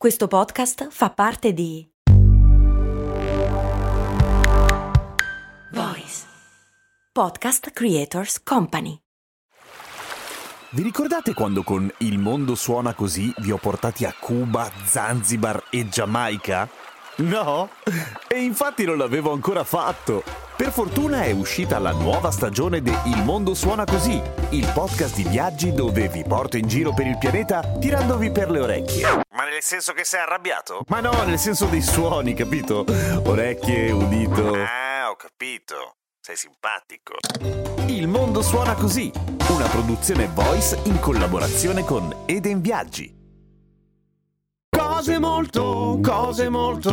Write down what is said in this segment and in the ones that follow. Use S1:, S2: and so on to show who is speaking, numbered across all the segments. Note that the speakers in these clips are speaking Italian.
S1: Questo podcast fa parte di Voice Podcast Creators Company.
S2: Vi ricordate quando con Il mondo suona così vi ho portati a Cuba, Zanzibar e Giamaica? No? E infatti non l'avevo ancora fatto. Per fortuna è uscita la nuova stagione di Il mondo suona così, il podcast di viaggi dove vi porto in giro per il pianeta tirandovi per le orecchie. Ma nel senso che sei arrabbiato? Ma no, nel senso dei suoni, capito? Orecchie, udito. Ah, ho capito. Sei simpatico. Il mondo suona così, una produzione Voice in collaborazione con Eden Viaggi. Cose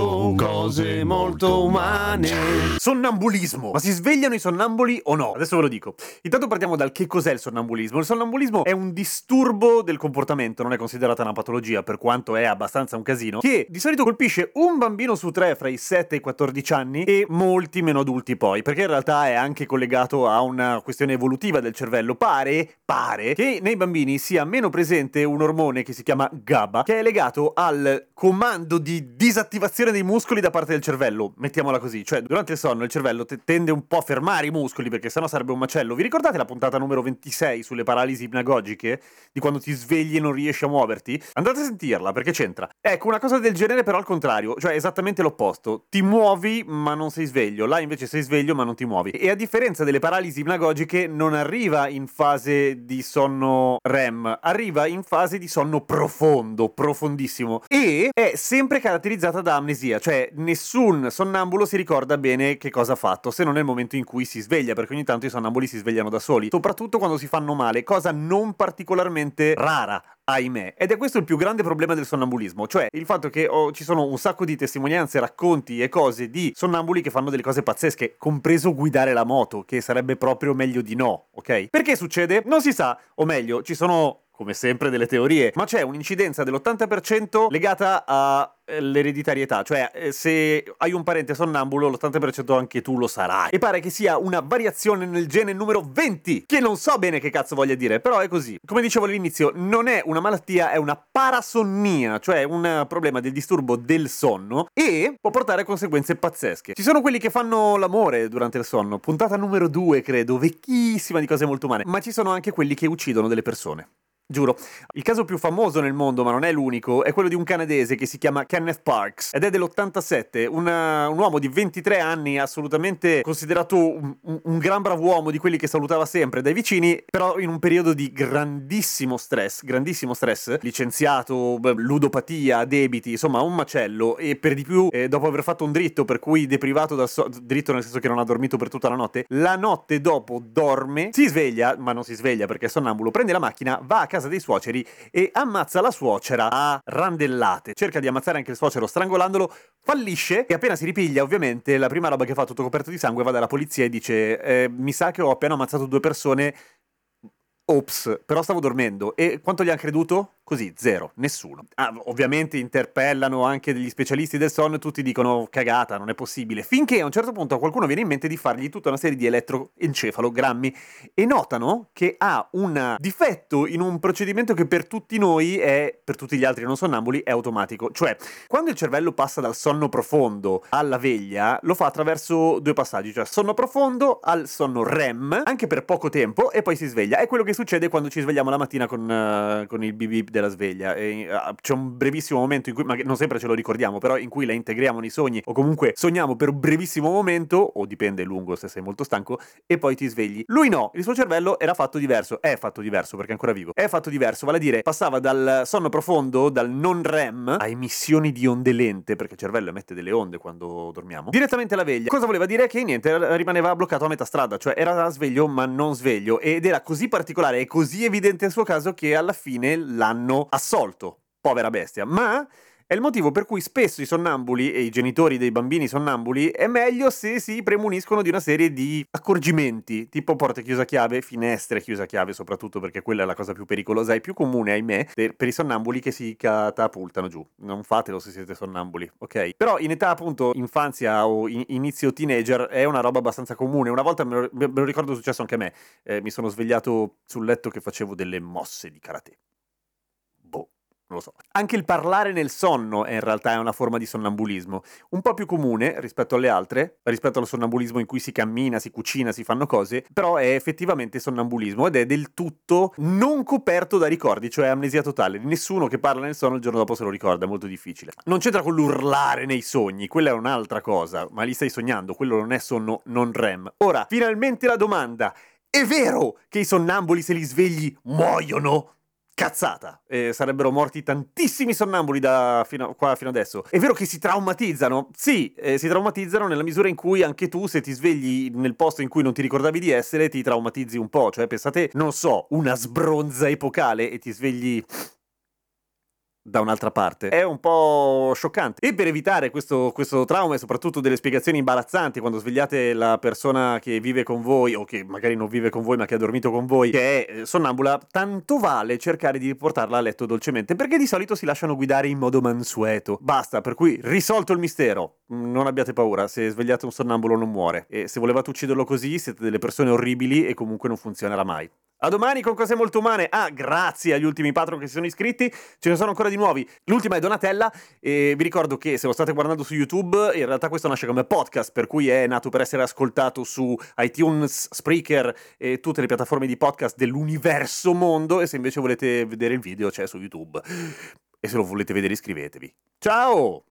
S2: molto umane. Sonnambulismo. Ma si svegliano i sonnambuli o no? Adesso ve lo dico. Intanto partiamo dal che cos'è il sonnambulismo. Il sonnambulismo è un disturbo del comportamento, non è considerata una patologia, per quanto è abbastanza un casino, che di solito colpisce un bambino su 3 fra i 7 e i 14 anni e molti meno adulti poi, perché in realtà è anche collegato a una questione evolutiva del cervello. Pare che nei bambini sia meno presente un ormone che si chiama GABA, che è legato al comando di disattivazione dei muscoli da parte del cervello, mettiamola così. Cioè, durante il sonno il cervello tende un po' a fermare i muscoli, perché sennò sarebbe un macello. Vi ricordate la puntata numero 26 sulle paralisi ipnagogiche? Di quando ti svegli e non riesci a muoverti? Andate a sentirla, perché c'entra. Ecco, una cosa del genere però al contrario, cioè esattamente l'opposto. Ti muovi ma non sei sveglio, là invece sei sveglio ma non ti muovi. E a differenza delle paralisi ipnagogiche non arriva in fase di sonno REM, arriva in fase di sonno profondo, profondissimo. E è sempre caratterizzata da amnesia, cioè nessun sonnambulo si ricorda bene che cosa ha fatto, se non nel momento in cui si sveglia, perché ogni tanto i sonnambuli si svegliano da soli, soprattutto quando si fanno male, cosa non particolarmente rara, ahimè. Ed è questo il più grande problema del sonnambulismo, cioè il fatto che ci sono un sacco di testimonianze, racconti e cose di sonnambuli che fanno delle cose pazzesche, compreso guidare la moto, che sarebbe proprio meglio di no, ok? Perché succede? Non si sa, o meglio, ci sono come sempre delle teorie, ma c'è un'incidenza dell'80% legata all'ereditarietà, cioè se hai un parente sonnambulo l'80% anche tu lo sarai. E pare che sia una variazione nel gene numero 20, che non so bene che cazzo voglia dire, però è così. Come dicevo all'inizio, non è una malattia, è una parasonnia, cioè un problema del disturbo del sonno, e può portare a conseguenze pazzesche. Ci sono quelli che fanno l'amore durante il sonno, puntata numero 2 credo, vecchissima di cose molto umane, ma ci sono anche quelli che uccidono delle persone. Giuro. Il caso più famoso nel mondo, ma non è l'unico, è quello di un canadese che si chiama Kenneth Parks ed è dell'87, un uomo di 23 anni, assolutamente considerato un gran brav'uomo, di quelli che salutava sempre dai vicini, però in un periodo di grandissimo stress, licenziato, ludopatia, debiti, insomma un macello, e per di più dopo aver fatto un dritto per cui deprivato dal dritto nel senso che non ha dormito per tutta la notte dopo dorme, si sveglia, ma non si sveglia perché è sonnambulo, prende la macchina, va a casa dei suoceri e ammazza la suocera a randellate. Cerca di ammazzare anche il suocero strangolandolo, fallisce e appena si ripiglia, ovviamente, la prima roba che fa, tutto coperto di sangue, va dalla polizia e dice mi sa che ho appena ammazzato 2 persone. Ops, però stavo dormendo. E quanto gli hanno creduto? Così, zero, nessuno. Ovviamente interpellano anche degli specialisti del sonno e tutti dicono cagata, non è possibile. Finché a un certo punto a qualcuno viene in mente di fargli tutta una serie di elettroencefalogrammi e notano che ha un difetto in un procedimento che per tutti noi per tutti gli altri non sonnambuli, è automatico. Cioè, quando il cervello passa dal sonno profondo alla veglia, lo fa attraverso 2 passaggi, cioè sonno profondo al sonno REM, anche per poco tempo, e poi si sveglia. È quello che succede quando ci svegliamo la mattina con il bip bip della sveglia. C'è un brevissimo momento in cui, ma non sempre ce lo ricordiamo, però in cui la integriamo nei sogni, o comunque sogniamo per un brevissimo momento, o dipende lungo se sei molto stanco, e poi ti svegli. Lui no, il suo cervello era fatto diverso, è fatto diverso perché è ancora vivo, è fatto diverso, vale a dire passava dal sonno profondo, dal non REM, a emissioni di onde lente, perché il cervello emette delle onde quando dormiamo, direttamente alla veglia. Cosa voleva dire? Che niente, rimaneva bloccato a metà strada, cioè era sveglio ma non sveglio, ed era così particolare e così evidente il suo caso che alla fine l'hanno assolto. Povera bestia. Ma è il motivo per cui spesso i sonnambuli e i genitori dei bambini sonnambuli è meglio se si premuniscono di una serie di accorgimenti, tipo porte chiusa chiave, finestre chiusa chiave, soprattutto perché quella è la cosa più pericolosa e più comune, ahimè, per i sonnambuli che si catapultano giù. Non fatelo se siete sonnambuli, ok? Però in età appunto infanzia o inizio teenager è una roba abbastanza comune. Una volta me lo ricordo, è successo anche a me. Mi sono svegliato sul letto che facevo delle mosse di karate. Boh. non lo so. Anche il parlare nel sonno in realtà è una forma di sonnambulismo, un po' più comune rispetto alle altre, rispetto al sonnambulismo in cui si cammina, si cucina, si fanno cose, però è effettivamente sonnambulismo ed è del tutto non coperto da ricordi, cioè amnesia totale. Nessuno che parla nel sonno il giorno dopo se lo ricorda, è molto difficile. Non c'entra con l'urlare nei sogni, quella è un'altra cosa, ma lì stai sognando, quello non è sonno non REM. Ora, finalmente la domanda: è vero che i sonnambuli se li svegli muoiono? Cazzata! Sarebbero morti tantissimi sonnambuli fino adesso. È vero che si traumatizzano? Sì, si traumatizzano nella misura in cui anche tu, se ti svegli nel posto in cui non ti ricordavi di essere, ti traumatizzi un po'. Cioè, pensate, non so, una sbronza epocale e ti svegli da un'altra parte. È un po' scioccante. E per evitare questo trauma e soprattutto delle spiegazioni imbarazzanti quando svegliate la persona che vive con voi, o che magari non vive con voi ma che ha dormito con voi, che è sonnambula, tanto vale cercare di portarla a letto dolcemente, perché di solito si lasciano guidare in modo mansueto. Basta, per cui risolto il mistero. Non abbiate paura, se svegliate un sonnambulo non muore. E se volevate ucciderlo così siete delle persone orribili e comunque non funzionerà mai. A domani con cose molto umane. Ah, grazie agli ultimi patron che si sono iscritti, ce ne sono ancora di nuovi. L'ultima è Donatella e vi ricordo che se lo state guardando su YouTube, in realtà questo nasce come podcast, per cui è nato per essere ascoltato su iTunes, Spreaker e tutte le piattaforme di podcast dell'universo mondo, e se invece volete vedere il video c'è su YouTube. E se lo volete vedere iscrivetevi. Ciao!